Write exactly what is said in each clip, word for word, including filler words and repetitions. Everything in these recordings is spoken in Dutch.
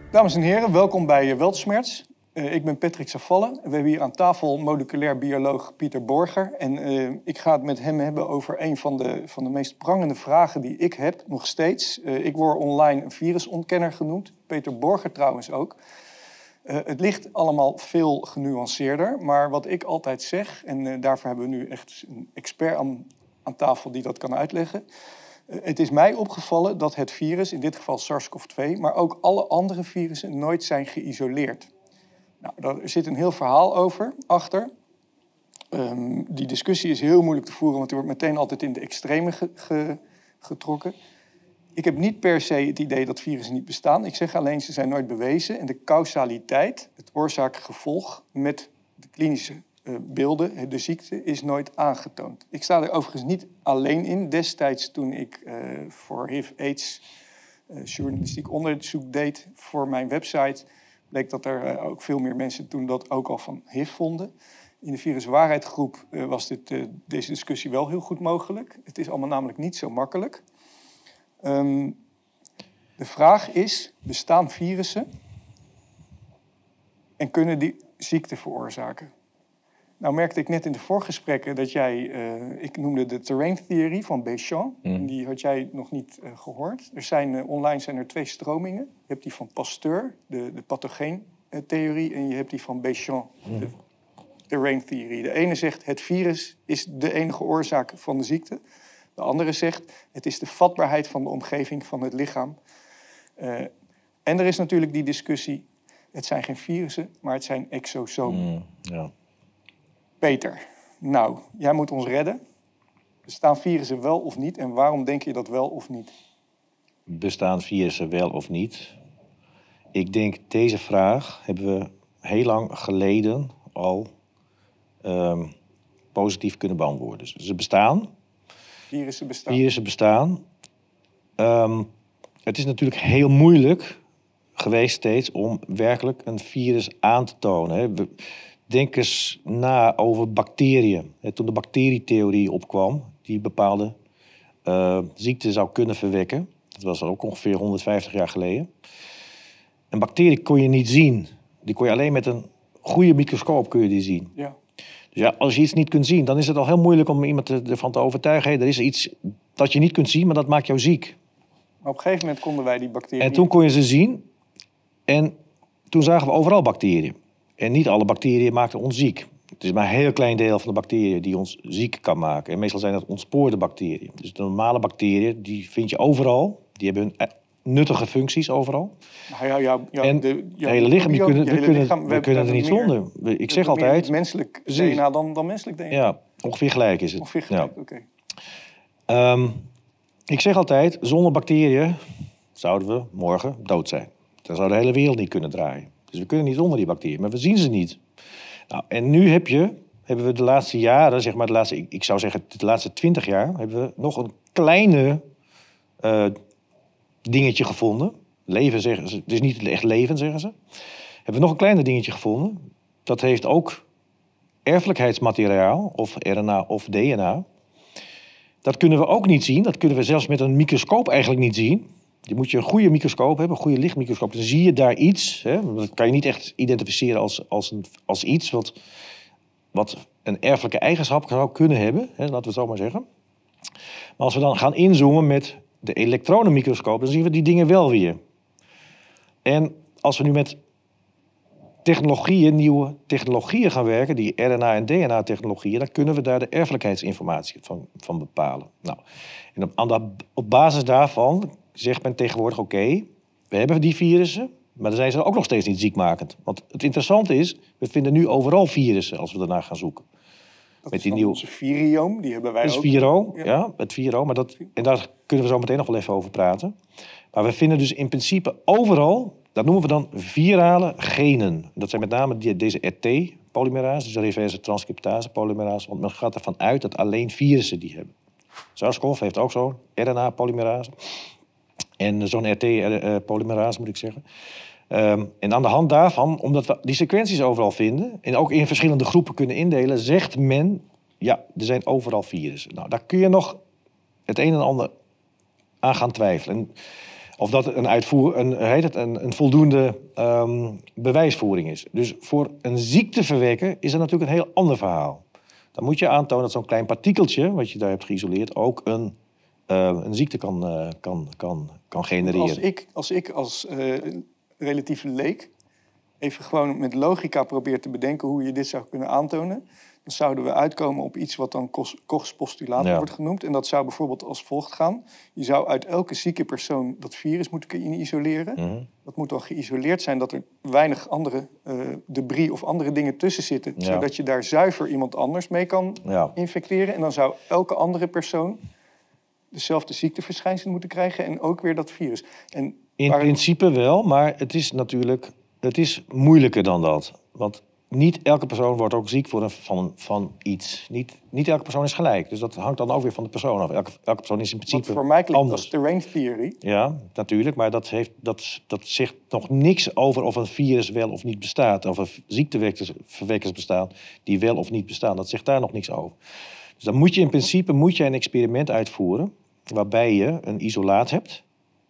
Dames en heren, welkom bij Weltschmerz. Uh, ik ben Patrick Savalle. We hebben hier aan tafel moleculair bioloog Pieter Borger. En uh, ik ga het met hem hebben over een van de, van de meest prangende vragen die ik heb, nog steeds. Uh, ik word online een virusontkenner genoemd. Peter Borger trouwens ook. Uh, het ligt allemaal veel genuanceerder. Maar wat ik altijd zeg, en uh, daarvoor hebben we nu echt een expert aan, aan tafel die dat kan uitleggen. Uh, het is mij opgevallen dat het virus, in dit geval SARS-CoV twee, maar ook alle andere virussen nooit zijn geïsoleerd. Nou, daar zit een heel verhaal over, achter. Um, die discussie is heel moeilijk te voeren, want die wordt meteen altijd in de extreme ge- ge- getrokken. Ik heb niet per se het idee dat virussen niet bestaan. Ik zeg alleen, ze zijn nooit bewezen. En de causaliteit, het oorzaak-gevolg met de klinische uh, beelden, de ziekte, is nooit aangetoond. Ik sta er overigens niet alleen in. Destijds toen ik uh, voor H I V-AIDS uh, journalistiek onderzoek deed voor mijn website, bleek dat er uh, ook veel meer mensen toen dat ook al van H I V vonden. In de viruswaarheidgroep uh, was dit, uh, deze discussie wel heel goed mogelijk. Het is allemaal namelijk niet zo makkelijk. Um, de vraag is, bestaan virussen en kunnen die ziekte veroorzaken? Nou merkte ik net in de voorgesprekken dat jij, uh, ik noemde de terrain theorie van Béchamp. Mm. Die had jij nog niet uh, gehoord. Er zijn, uh, online zijn er twee stromingen. Je hebt die van Pasteur, de, de pathogeentheorie, en je hebt die van Béchamp, mm. de terrain theorie. De ene zegt, het virus is de enige oorzaak van de ziekte. De andere zegt, het is de vatbaarheid van de omgeving van het lichaam. Uh, en er is natuurlijk die discussie, het zijn geen virussen, maar het zijn exosomen. Mm, ja. Peter, nou, jij moet ons redden. Bestaan virussen wel of niet? En waarom denk je dat wel of niet? Bestaan virussen wel of niet? Ik denk, deze vraag hebben we heel lang geleden al um, positief kunnen beantwoorden. Dus ze bestaan. Virussen bestaan. Virussen bestaan. Um, het is natuurlijk heel moeilijk geweest steeds om werkelijk een virus aan te tonen. Hè. We, denk eens na over bacteriën. Hè, toen de bacterietheorie opkwam, die bepaalde uh, ziekten zou kunnen verwekken. Dat was ook ongeveer honderdvijftig jaar geleden. Een bacterie kon je niet zien. Die kon je alleen met een goede microscoop kun je die zien. Ja. Dus ja, als je iets niet kunt zien, dan is het al heel moeilijk om iemand ervan te overtuigen. Hey, er is iets dat je niet kunt zien, maar dat maakt jou ziek. Maar op een gegeven moment konden wij die bacteriën... En toen kon je ze zien. En toen zagen we overal bacteriën. En niet alle bacteriën maakten ons ziek. Het is maar een heel klein deel van de bacteriën die ons ziek kan maken. En meestal zijn dat ontspoorde bacteriën. Dus de normale bacteriën, die vind je overal. Die hebben hun nuttige functies overal. Nou, ja, ja, ja, en de, ja, het hele lichaam, we kunnen, je we hele kunnen, lichaam, we we kunnen er niet zonder. Ik zeg altijd... menselijk D N A dan, dan menselijk D N A? Ja, ongeveer gelijk is het. Ongeveer gelijk, ja. oké. Okay. Um, ik zeg altijd, zonder bacteriën zouden we morgen dood zijn. Dan zou de hele wereld niet kunnen draaien. Dus we kunnen niet zonder die bacteriën, maar we zien ze niet. Nou, en nu heb je, hebben we de laatste jaren, zeg maar de laatste, ik zou zeggen de laatste twintig jaar, hebben we nog een kleine uh, dingetje gevonden. Leven zeggen ze, het is niet echt leven, zeggen ze. Hebben we nog een kleiner dingetje gevonden. Dat heeft ook erfelijkheidsmateriaal, of R N A of D N A. Dat kunnen we ook niet zien. Dat kunnen we zelfs met een microscoop eigenlijk niet zien. Je moet je een goede microscoop hebben, een goede lichtmicroscoop. Dan zie je daar iets. Hè? Dat kan je niet echt identificeren als, als, een, als iets wat, wat een erfelijke eigenschap zou kunnen hebben. Hè? Laten we het zo maar zeggen. Maar als we dan gaan inzoomen met de elektronenmicroscoop, dan zien we die dingen wel weer. En als we nu met technologieën, nieuwe technologieën gaan werken, die R N A en D N A-technologieën, dan kunnen we daar de erfelijkheidsinformatie van, van bepalen. Nou, en op, aan de, op basis daarvan zegt men tegenwoordig, oké, okay, we hebben die virussen, maar dan zijn ze ook nog steeds niet ziekmakend. Want het interessante is, we vinden nu overal virussen als we daarna gaan zoeken. Dat met is die nieuwe... onze viriome, die hebben wij dat is ook. Viro, ja. ja, het Viro, maar dat, en daar kunnen we zo meteen nog wel even over praten. Maar we vinden dus in principe overal, dat noemen we dan virale genen. Dat zijn met name die, deze R T-polymerase, dus de reverse transcriptase polymerase. Want men gaat ervan uit dat alleen virussen die hebben. SARS-CoV heeft ook zo'n R N A-polymerase. En zo'n R T-polymerase, moet ik zeggen. Um, en aan de hand daarvan, omdat we die sequenties overal vinden en ook in verschillende groepen kunnen indelen, zegt men, ja, er zijn overal virussen. Nou, daar kun je nog het een en ander aan gaan twijfelen. En Of dat een, uitvoer, een, heet het, een, een voldoende um, bewijsvoering is. Dus voor een ziekte verwekken is dat natuurlijk een heel ander verhaal. Dan moet je aantonen dat zo'n klein partikeltje, wat je daar hebt geïsoleerd, ook een, uh, een ziekte kan, uh, kan, kan, kan genereren. Als ik als, ik als uh, relatieve leek even gewoon met logica probeer te bedenken hoe je dit zou kunnen aantonen, dan zouden we uitkomen op iets wat dan Kochs postulaat ja. wordt genoemd. En dat zou bijvoorbeeld als volgt gaan. Je zou uit elke zieke persoon dat virus moeten kunnen isoleren. Mm-hmm. Dat moet dan geïsoleerd zijn dat er weinig andere uh, debris of andere dingen tussen zitten. Ja. Zodat je daar zuiver iemand anders mee kan ja. infecteren. En dan zou elke andere persoon dezelfde ziekteverschijnselen moeten krijgen en ook weer dat virus. En in principe het... wel, maar het is natuurlijk het is moeilijker dan dat. Want niet elke persoon wordt ook ziek voor een, van, van iets. Niet, niet elke persoon is gelijk. Dus dat hangt dan ook weer van de persoon af. Elke, elke persoon is in principe Wat voor mij klinkt anders. als terrain theory. Ja, natuurlijk. Maar dat, heeft, dat, dat zegt nog niks over of een virus wel of niet bestaat. Of er ziekteverwekkers bestaan die wel of niet bestaan. Dat zegt daar nog niks over. Dus dan moet je in principe moet je een experiment uitvoeren waarbij je een isolaat hebt.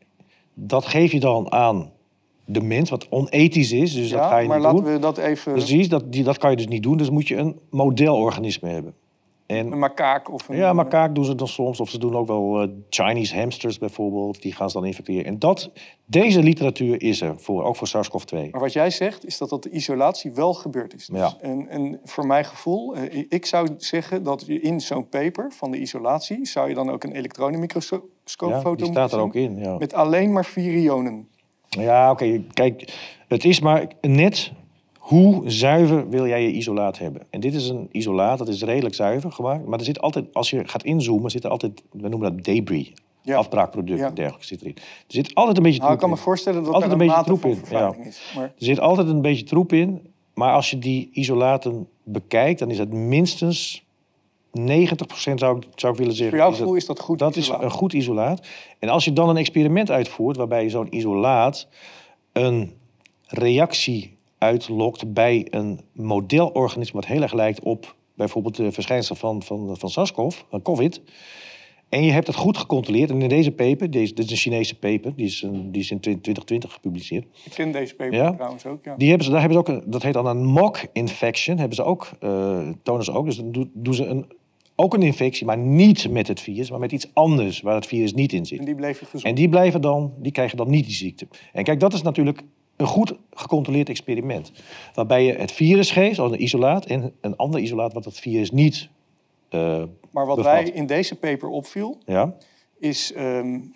Dat geef je dan aan de mens, wat onethisch is, dus ja, dat ga je maar niet laten doen. we dat even... Precies, dat, die, dat kan je dus niet doen. Dus moet je een modelorganisme hebben. En, een makaak of een... Ja, makaak doen ze dan soms. Of ze doen ook wel uh, Chinese hamsters bijvoorbeeld. Die gaan ze dan infecteren. En dat, deze literatuur is er, voor, ook voor SARS-C o V twee. Maar wat jij zegt, is dat dat de isolatie wel gebeurd is. Dus ja. en, en voor mijn gevoel, uh, ik zou zeggen dat je in zo'n paper van de isolatie, zou je dan ook een elektronenmicroscoopfoto ja, moeten zien. die staat er ook in, ja. Met alleen maar vier ionen. Ja, oké. Okay. Kijk, het is maar net hoe zuiver wil jij je isolaat hebben. En dit is een isolaat, dat is redelijk zuiver gemaakt. Maar er zit altijd, als je gaat inzoomen, zit er altijd, we noemen dat debris. Ja. Afbraakproduct en ja. dergelijke zit erin. Er zit altijd een beetje troep in. Nou, ik kan me voorstellen dat altijd er een, een beetje mate troep van in. vervuiling Ja. is. Maar... Er zit altijd een beetje troep in. Maar als je die isolaten bekijkt, dan is het minstens negentig procent zou ik, zou ik willen zeggen. Voor jouw gevoel is dat goed Dat isolaat. is een goed isolaat. En als je dan een experiment uitvoert waarbij je zo'n isolaat een reactie uitlokt bij een modelorganisme wat heel erg lijkt op bijvoorbeeld de verschijnselen van, van, van SARS-C o V, van COVID. En je hebt het goed gecontroleerd. En in deze paper, deze, dit is een Chinese paper, die is, een, die is in twintig twintig gepubliceerd. Ik ken deze paper ja? trouwens ook, ja. Die hebben ze, daar hebben ze ook, een, dat heet dan een mock infection, hebben ze ook, uh, tonen ze ook. Dus dan doen, doen ze een, ook een infectie, maar niet met het virus, maar met iets anders waar het virus niet in zit. En die bleven gezond. En die, blijven dan, die krijgen dan niet die ziekte. En kijk, dat is natuurlijk een goed gecontroleerd experiment. Waarbij je het virus geeft, als een isolaat, en een ander isolaat wat het virus niet uh, Maar wat bevat. wij in deze paper opviel, ja? is... Um,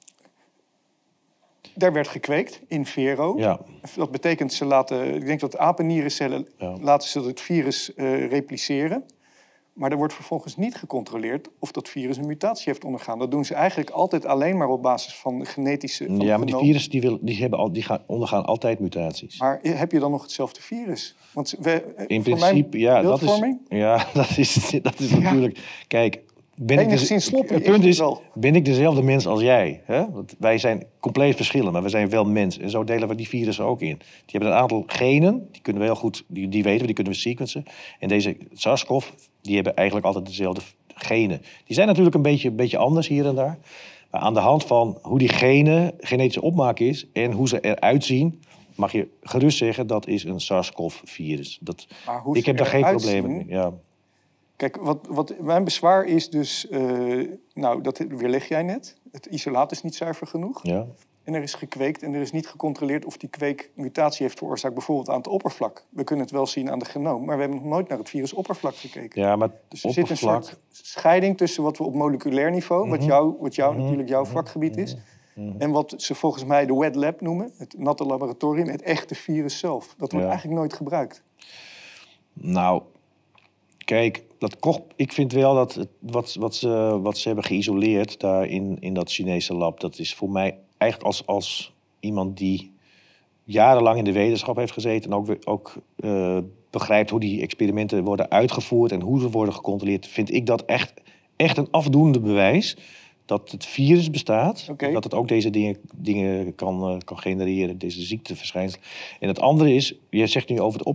daar werd gekweekt in vero. Ja. Dat betekent, ze laten, ik denk dat apennierencellen ja. laten ze het virus uh, repliceren. Maar er wordt vervolgens niet gecontroleerd of dat virus een mutatie heeft ondergaan. Dat doen ze eigenlijk altijd alleen maar op basis van de genetische... Van ja, maar die virussen die wil, die hebben al, die gaan, ondergaan altijd mutaties. Maar heb je dan nog hetzelfde virus? Want we, in principe, ja, dat is, ja, dat is, dat is ja. natuurlijk... Kijk, ben ik, de, sloppy, het punt is, ben ik dezelfde mens als jij? Hè? Want wij zijn compleet verschillend, maar we zijn wel mens. En zo delen we die virussen ook in. Die hebben een aantal genen, die kunnen we heel goed, die, die weten we, die kunnen we sequencen. En deze SARS-C o V, die hebben eigenlijk altijd dezelfde genen. Die zijn natuurlijk een beetje, een beetje anders hier en daar. Maar aan de hand van hoe die genen, genetische opmaak is en hoe ze eruit zien, mag je gerust zeggen dat is een SARS-C o V-virus. Dat, ik heb daar geen problemen mee. Ja. Kijk, wat, wat mijn bezwaar is dus... Uh, nou, dat weerleg jij net. Het isolaat is niet zuiver genoeg. Ja. En er is gekweekt en er is niet gecontroleerd of die kweek mutatie heeft veroorzaakt, bijvoorbeeld aan het oppervlak. We kunnen het wel zien aan de genoom, maar we hebben nog nooit naar het virusoppervlak gekeken. Ja, maar dus er oppervlak... zit een soort scheiding tussen wat we op moleculair niveau, mm-hmm. wat, jou, wat jou, mm-hmm. natuurlijk jouw vakgebied is, mm-hmm. en wat ze volgens mij de wet lab noemen, het natte laboratorium, het echte virus zelf. Dat wordt ja. eigenlijk nooit gebruikt. Nou, kijk, dat Koch, ik vind wel dat het, wat, wat, ze, wat ze hebben geïsoleerd daar in, in dat Chinese lab, dat is voor mij eigenlijk als, als iemand die jarenlang in de wetenschap heeft gezeten en ook, ook uh, begrijpt hoe die experimenten worden uitgevoerd en hoe ze worden gecontroleerd, vind ik dat echt, echt een afdoende bewijs dat het virus bestaat, okay. dat het ook deze dingen, dingen kan, uh, kan genereren, deze ziekteverschijnselen. En het andere is, je zegt nu over de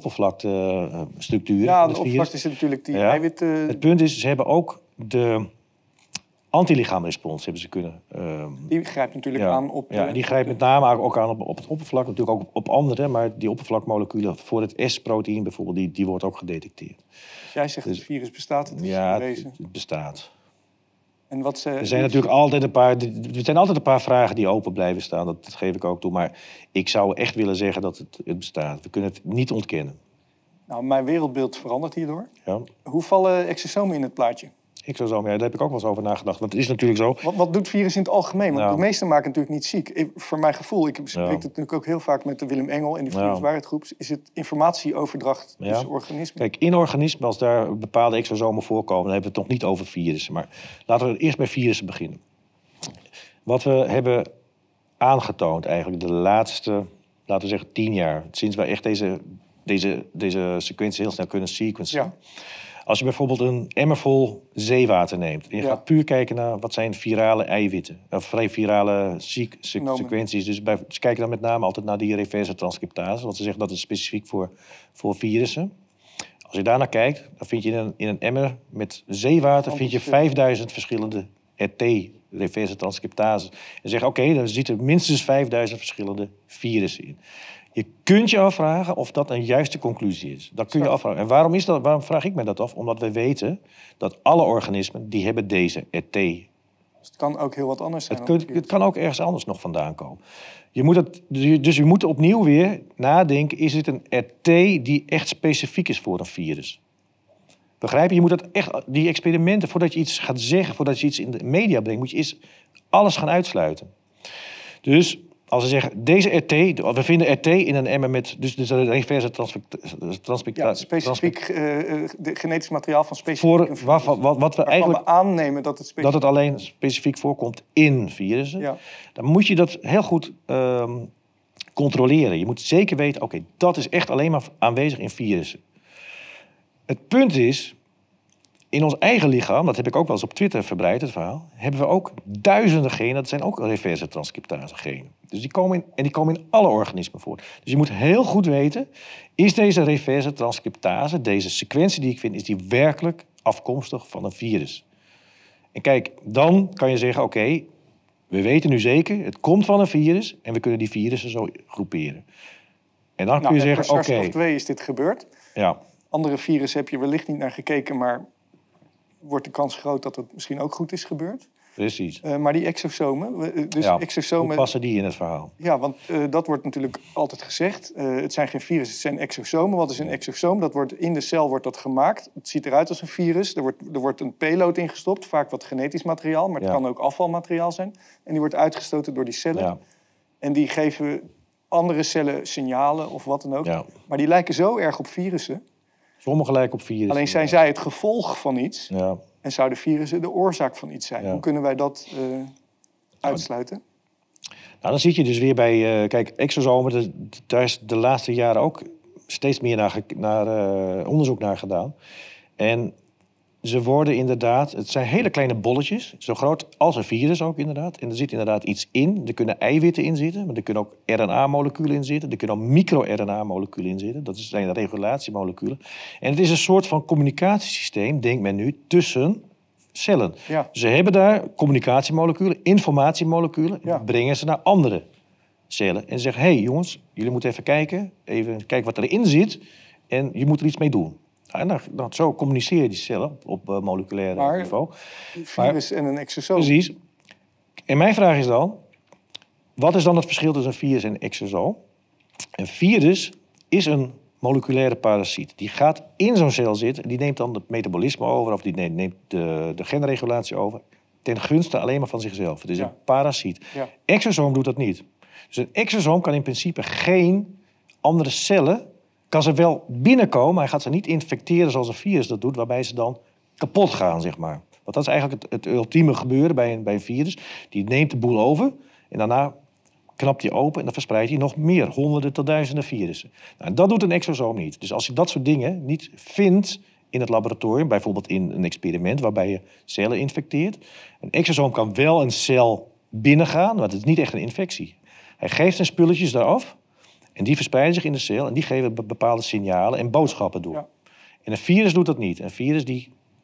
oppervlaktestructuur. Ja, de oppervlakte is natuurlijk die ja. eiwitten. Het punt is, ze hebben ook de antilichaamrespons hebben ze kunnen... Uh, die grijpt natuurlijk ja, aan op... Ja, de, die grijpt met name ook aan op, op het oppervlak. Natuurlijk ook op, op andere, maar die oppervlakmoleculen... voor het S-proteïn bijvoorbeeld, die, die wordt ook gedetecteerd. Als jij zegt dus, het virus bestaat, het is ja, bewezen. Het, het bestaat. En wat ze, er zijn natuurlijk altijd een paar, er zijn altijd een paar vragen die open blijven staan. Dat, dat geef ik ook toe. Maar ik zou echt willen zeggen dat het, het bestaat. We kunnen het niet ontkennen. Nou, mijn wereldbeeld verandert hierdoor. Ja. Hoe vallen exosomen in het plaatje? Exosomen, ja, daar heb ik ook wel eens over nagedacht. Want het is natuurlijk zo... Wat, wat doet virus in het algemeen? Want nou. de meeste maken natuurlijk niet ziek. Ik, voor mijn gevoel, ik spreek ja. het natuurlijk ook heel vaak met de Willem Engel en die ja. viruswaarheidsgroep, is het informatieoverdracht ja. tussen organismen. Kijk, in organismen, als daar bepaalde exosomen voorkomen, dan hebben we het nog niet over virussen. Maar laten we eerst bij virussen beginnen. Wat we hebben aangetoond eigenlijk de laatste, laten we zeggen, tien jaar, sinds wij echt deze, deze, deze sequentie heel snel kunnen sequencen. Ja. Als je bijvoorbeeld een emmer vol zeewater neemt en je ja. gaat puur kijken naar wat zijn virale eiwitten, of vrij virale sequ sequenties. Dus bij, ze kijken dan met name altijd naar die reverse transcriptase, want ze zeggen dat is specifiek voor, voor virussen. Als je daarnaar kijkt, dan vind je in een, in een emmer met zeewater vind je vijfduizend verschillende R T, reverse transcriptase. En zeg, oké, okay, dan zitten er minstens vijfduizend verschillende virussen in. Je kunt je afvragen of dat een juiste conclusie is. Dat kun je afvragen. En waarom, is dat, waarom vraag ik me dat af? Omdat we weten dat alle organismen, die hebben deze R T. Dus het kan ook heel wat anders zijn. Het, kun, het kan ook ergens anders nog vandaan komen. Je moet het, dus je moet opnieuw weer nadenken, is het een R T die echt specifiek is voor een virus? Begrijp je? Je moet dat echt, die experimenten, voordat je iets gaat zeggen, voordat je iets in de media brengt, moet je eerst alles gaan uitsluiten. Dus als ze zeggen, deze R T, we vinden R T in een emmer met, dus, dus een reverse transcriptase. Ja, specifiek uh, genetisch materiaal van specifiek. Voor, waarvan, wat, wat we eigenlijk we aannemen dat het, specifiek... dat het alleen specifiek voorkomt in virussen. Ja. Dan moet je dat heel goed uh, controleren. Je moet zeker weten, oké, okay, dat is echt alleen maar aanwezig in virussen. Het punt is, in ons eigen lichaam, dat heb ik ook wel eens op Twitter verbreid, het verhaal, hebben we ook duizenden genen, dat zijn ook reverse transcriptase genen. Dus die komen in, en die komen in alle organismen voor. Dus je moet heel goed weten, is deze reverse transcriptase, deze sequentie die ik vind, is die werkelijk afkomstig van een virus? En kijk, dan kan je zeggen, oké, okay, we weten nu zeker, het komt van een virus en we kunnen die virussen zo groeperen. En dan nou, kun je zeggen, oké. Voor SARS-C o V twee is dit gebeurd. Ja. Andere virussen heb je wellicht niet naar gekeken, maar wordt de kans groot dat het misschien ook goed is gebeurd. Precies. Uh, maar die exosomen... Dus ja, exosomen, hoe passen die in het verhaal? Ja, want uh, dat wordt natuurlijk altijd gezegd. Uh, het zijn geen virussen, het zijn exosomen. Wat is een exosoom? Dat wordt, in de cel wordt dat gemaakt. Het ziet eruit als een virus. Er wordt, er wordt een payload ingestopt, vaak wat genetisch materiaal, maar het ja. kan ook afvalmateriaal zijn. En die wordt uitgestoten door die cellen. Ja. En die geven andere cellen signalen of wat dan ook. Ja. Maar die lijken zo erg op virussen. Sommige lijken op virussen. Alleen zijn zij het gevolg van iets. Ja. En zouden virussen de oorzaak van iets zijn? Ja. Hoe kunnen wij dat uh, uitsluiten? Nou, dan zit je dus weer bij... Uh, kijk, exosomen, de, daar is de laatste jaren ook steeds meer naar, naar, uh, onderzoek naar gedaan. En ze worden inderdaad... Het zijn hele kleine bolletjes, zo groot als een virus ook inderdaad. En er zit inderdaad iets in. Er kunnen eiwitten in zitten, maar er kunnen ook R N A-moleculen in zitten. Er kunnen ook micro-R N A-moleculen in zitten. Dat zijn de regulatiemoleculen. En het is een soort van communicatiesysteem, denkt men nu, tussen cellen. Ja. Ze hebben daar communicatiemoleculen, informatiemoleculen. Ja. Brengen ze naar andere cellen. En zeggen, hé hey, jongens, jullie moeten even kijken. Even kijken wat erin zit. En je moet er iets mee doen. En dan, dan, zo communiceren die cellen op, op uh, moleculair maar, niveau. Een virus maar, en een exosoom. Precies. En mijn vraag is dan, wat is dan het verschil tussen een virus en een exosoom? Een virus is een moleculaire parasiet. Die gaat in zo'n cel zitten, die neemt dan het metabolisme over, of die neemt, neemt de, de genregulatie over, ten gunste alleen maar van zichzelf. Het is ja. een parasiet. Ja. Exosoom doet dat niet. Dus een exosoom kan in principe geen andere cellen, kan ze wel binnenkomen, maar hij gaat ze niet infecteren zoals een virus dat doet, waarbij ze dan kapot gaan, zeg maar. Want dat is eigenlijk het, het ultieme gebeuren bij een, bij een virus. Die neemt de boel over en daarna knapt hij open en dan verspreidt hij nog meer, honderden tot duizenden virussen. Nou, dat doet een exosoom niet. Dus als je dat soort dingen niet vindt in het laboratorium, bijvoorbeeld in een experiment waarbij je cellen infecteert, een exosoom kan wel een cel binnengaan, maar het is niet echt een infectie. Hij geeft zijn spulletjes daaraf en die verspreiden zich in de cel en die geven bepaalde signalen en boodschappen door. Ja. En een virus doet dat niet. Een virus die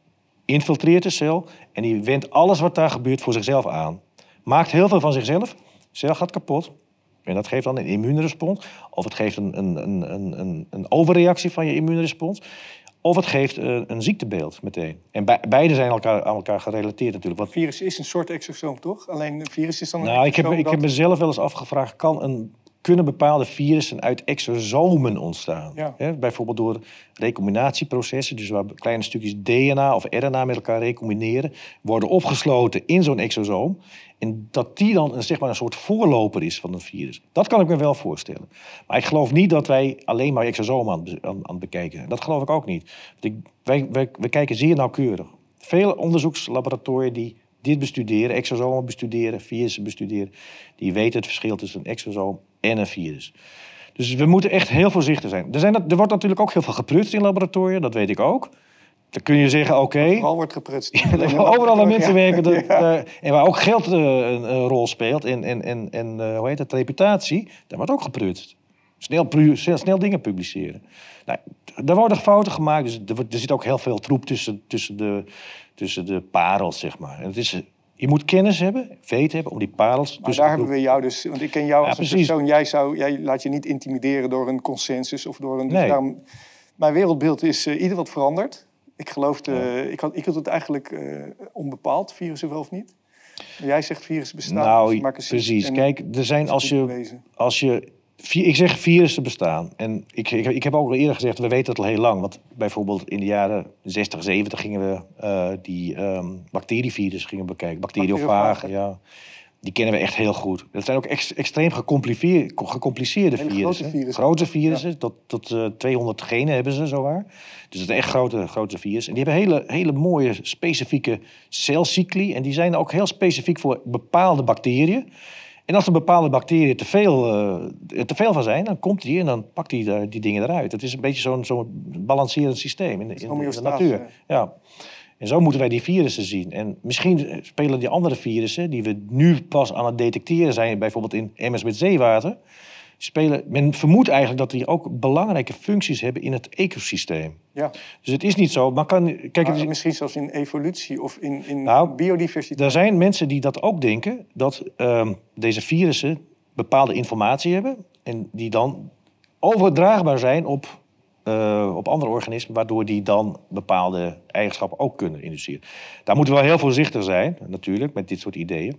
infiltreert de cel en die wendt alles wat daar gebeurt voor zichzelf aan. Maakt heel veel van zichzelf, de cel gaat kapot. En dat geeft dan een immuunrespons. Of het geeft een, een, een, een, een overreactie van je immuunrespons. Of het geeft een, een ziektebeeld meteen. En be, beide zijn elkaar, aan elkaar gerelateerd natuurlijk. Want... virus is een soort exosoom, toch? Alleen een virus is dan een nou, ik heb, dat... ik heb mezelf wel eens afgevraagd... kan een, kunnen bepaalde virussen uit exosomen ontstaan? Ja. He, bijvoorbeeld door recombinatieprocessen... dus waar kleine stukjes D N A of R N A met elkaar recombineren... worden opgesloten in zo'n exosoom... en dat die dan een, zeg maar een soort voorloper is van een virus. Dat kan ik me wel voorstellen. Maar ik geloof niet dat wij alleen maar exosomen aan, aan, aan het bekijken zijn. Dat geloof ik ook niet. Ik, wij, wij, wij kijken zeer nauwkeurig. Vele onderzoekslaboratoria die dit bestuderen... exosomen bestuderen, virussen bestuderen... die weten het verschil tussen een exosoom en een virus. Dus we moeten echt heel voorzichtig zijn. Er, zijn, er wordt natuurlijk ook heel veel geprutst in laboratoria, dat weet ik ook. Dan kun je zeggen, oké... Okay, overal wordt geprutst. Ja, overal aan mensen ja. werken. Dat, ja. uh, en waar ook geld uh, een, een rol speelt en, en, en, en uh, hoe heet het, reputatie, daar wordt ook geprutst. Snel, snel, snel dingen publiceren. Nou, daar worden fouten gemaakt, dus er, er zit ook heel veel troep tussen, tussen, de, tussen de parels, zeg maar. En het is... Je moet kennis hebben, weten hebben om die parels... Maar daar hebben we jou dus... Want ik ken jou ja, als een precies. persoon. Jij, zou, jij laat je niet intimideren door een consensus of door een... Dus nee. daarom, mijn wereldbeeld is uh, ieder wat veranderd. Ik geloofde... Ja. Ik, had, ik had het eigenlijk uh, onbepaald, virussen wel of niet. Maar jij zegt virussen bestaan. Nou, dus precies. Kijk, er zijn als je... Als je ik zeg virussen bestaan. En ik, ik, ik heb ook al eerder gezegd, we weten het al heel lang. Want bijvoorbeeld in de jaren zestig, zeventig gingen we uh, die um, bacterievirus gingen bekijken. Bacteriofagen, ja. Die kennen we echt heel goed. Dat zijn ook ex, extreem gecompliceerde virussen. Grote virussen. Grote virussen, ja. tot, tot uh, tweehonderd genen hebben ze zowaar. Dus dat zijn echt grote, grote virussen. En die hebben hele, hele mooie specifieke celcycli. En die zijn ook heel specifiek voor bepaalde bacteriën. En als er bepaalde bacteriën te veel, uh, te veel van zijn, dan komt die en dan pakt die uh, die dingen eruit. Het is een beetje zo'n zo'n balancerend systeem in de, in, in de natuur. Ja. En zo moeten wij die virussen zien. En misschien spelen die andere virussen, die we nu pas aan het detecteren zijn, bijvoorbeeld in emmers met zeewater, spelen, men vermoedt eigenlijk dat die ook belangrijke functies hebben in het ecosysteem. Ja. Dus het is niet zo. Maar kan, kijk, maar het, misschien zelfs in evolutie of in, in nou, biodiversiteit. Er zijn mensen die dat ook denken, dat um, deze virussen bepaalde informatie hebben en die dan overdraagbaar zijn op, uh, op andere organismen, waardoor die dan bepaalde eigenschappen ook kunnen induceren. Daar moeten we wel heel voorzichtig zijn, natuurlijk, met dit soort ideeën.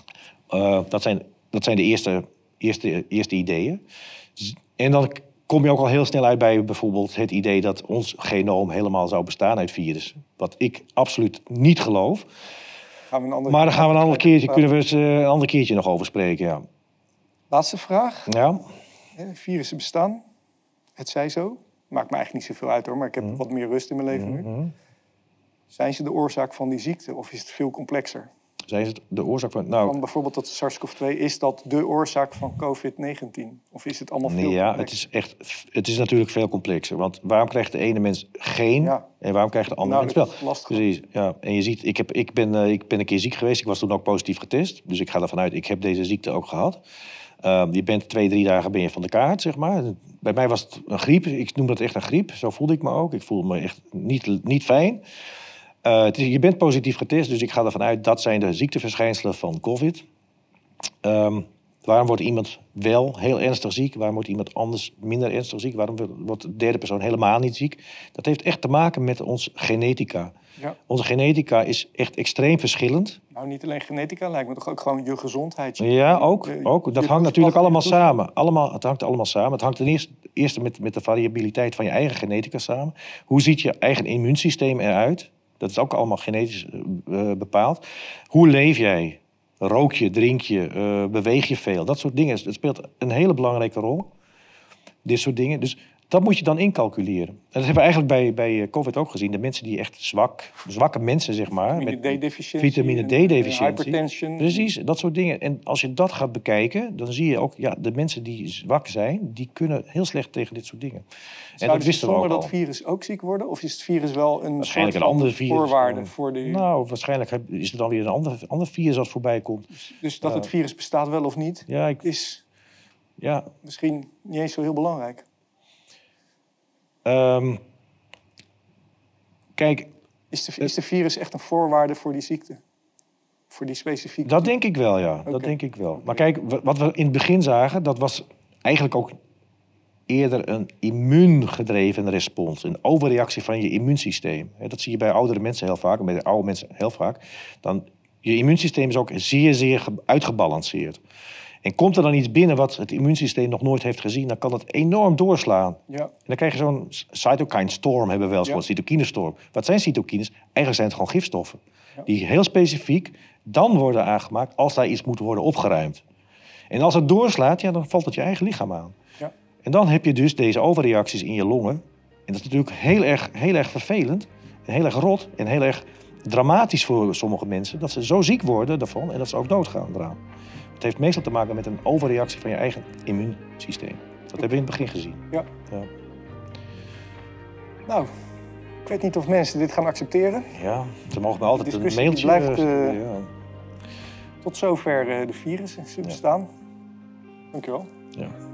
Uh, dat zijn, dat zijn de eerste, eerste, eerste ideeën. En dan kom je ook al heel snel uit bij bijvoorbeeld het idee dat ons genoom helemaal zou bestaan uit virussen. Wat ik absoluut niet geloof. Gaan we een andere maar daar gaan we een ander keertje, kunnen we eens een ander keertje nog over spreken. Ja. Laatste vraag. Ja. Virussen bestaan. Het zij zo. Maakt me eigenlijk niet zoveel uit hoor, maar ik heb mm. wat meer rust in mijn leven mm-hmm. nu. Zijn ze de oorzaak van die ziekte of is het veel complexer? Zijn ze de oorzaak van... Nou, van bijvoorbeeld dat SARS-C o V twee, is dat de oorzaak van covid negentien? Of is het allemaal veel nee, ja, complexer? Het is, echt, het is natuurlijk veel complexer. Want waarom krijgt de ene mens geen ja. en waarom krijgt de andere nou, mens wel? Lastig. Precies, ja. En je ziet, ik, heb, ik, ben, uh, ik ben een keer ziek geweest. Ik was toen ook positief getest. Dus ik ga ervan uit, ik heb deze ziekte ook gehad. Uh, je bent twee, drie dagen ben je van de kaart, zeg maar. Bij mij was het een griep. Ik noem dat echt een griep. Zo voelde ik me ook. Ik voelde me echt niet, niet fijn. Uh, het is, je bent positief getest, dus ik ga ervan uit... dat zijn de ziekteverschijnselen van COVID. Um, waarom wordt iemand wel heel ernstig ziek? Waarom wordt iemand anders minder ernstig ziek? Waarom wordt de derde persoon helemaal niet ziek? Dat heeft echt te maken met onze genetica. Ja. Onze genetica is echt extreem verschillend. Nou, niet alleen genetica, lijkt me toch ook gewoon je gezondheid. Je, ja, ook. Je, ook. Dat je hangt natuurlijk allemaal samen. Allemaal, het hangt allemaal samen. Het hangt ten eerste, eerste met, met de variabiliteit van je eigen genetica samen. Hoe ziet je eigen immuunsysteem eruit? Dat is ook allemaal genetisch uh, bepaald. Hoe leef jij? Rook je, drink je, uh, beweeg je veel? Dat soort dingen. Het speelt een hele belangrijke rol. Dit soort dingen. Dus dat moet je dan incalculeren. En dat hebben we eigenlijk bij, bij COVID ook gezien. De mensen die echt zwak, zwakke mensen, zeg maar. Vitamine D-deficiëntie. Vitamine D-deficiëntie. Hypertension. Precies, dat soort dingen. En als je dat gaat bekijken, dan zie je ook... ja, de mensen die zwak zijn, die kunnen heel slecht tegen dit soort dingen. En dat wisten we ook al. Zonder dat virus ook ziek worden? Of is het virus wel een waarschijnlijk soort een ander virus, voorwaarde voor de... Nou, waarschijnlijk is er dan weer een ander, ander virus dat voorbij komt. Dus, dus dat uh, het virus bestaat wel of niet, ja, ik, is ja. misschien niet eens zo heel belangrijk. Um, kijk, Is de, is de virus echt een voorwaarde voor die ziekte? Voor die specifieke Dat ziekte? denk ik wel, ja. Okay. Dat denk ik wel. Maar kijk, wat we in het begin zagen, dat was eigenlijk ook eerder een immuungedreven respons. Een overreactie van je immuunsysteem. Dat zie je bij oudere mensen heel vaak, en bij de oude mensen heel vaak. Dan, je immuunsysteem is ook zeer, zeer uitgebalanceerd. En komt er dan iets binnen wat het immuunsysteem nog nooit heeft gezien, dan kan dat enorm doorslaan. Ja. En dan krijg je zo'n cytokine storm, hebben we wel eens gehoord, ja. cytokinestorm. Wat zijn cytokines? Eigenlijk zijn het gewoon gifstoffen. Ja. Die heel specifiek dan worden aangemaakt als daar iets moet worden opgeruimd. En als het doorslaat, ja, dan valt het je eigen lichaam aan. Ja. En dan heb je dus deze overreacties in je longen. En dat is natuurlijk heel erg, heel erg vervelend. En heel erg rot en heel erg dramatisch voor sommige mensen. Dat ze zo ziek worden daarvan en dat ze ook doodgaan eraan. Het heeft meestal te maken met een overreactie van je eigen immuunsysteem. Dat hebben we in het begin gezien. Ja. Ja. Nou, ik weet niet of mensen dit gaan accepteren. Ja, ze mogen me altijd een mailtje... Blijft, uh, ja. Tot zover uh, de virussen, zijn bestaan. Ja. Dank je wel. Ja.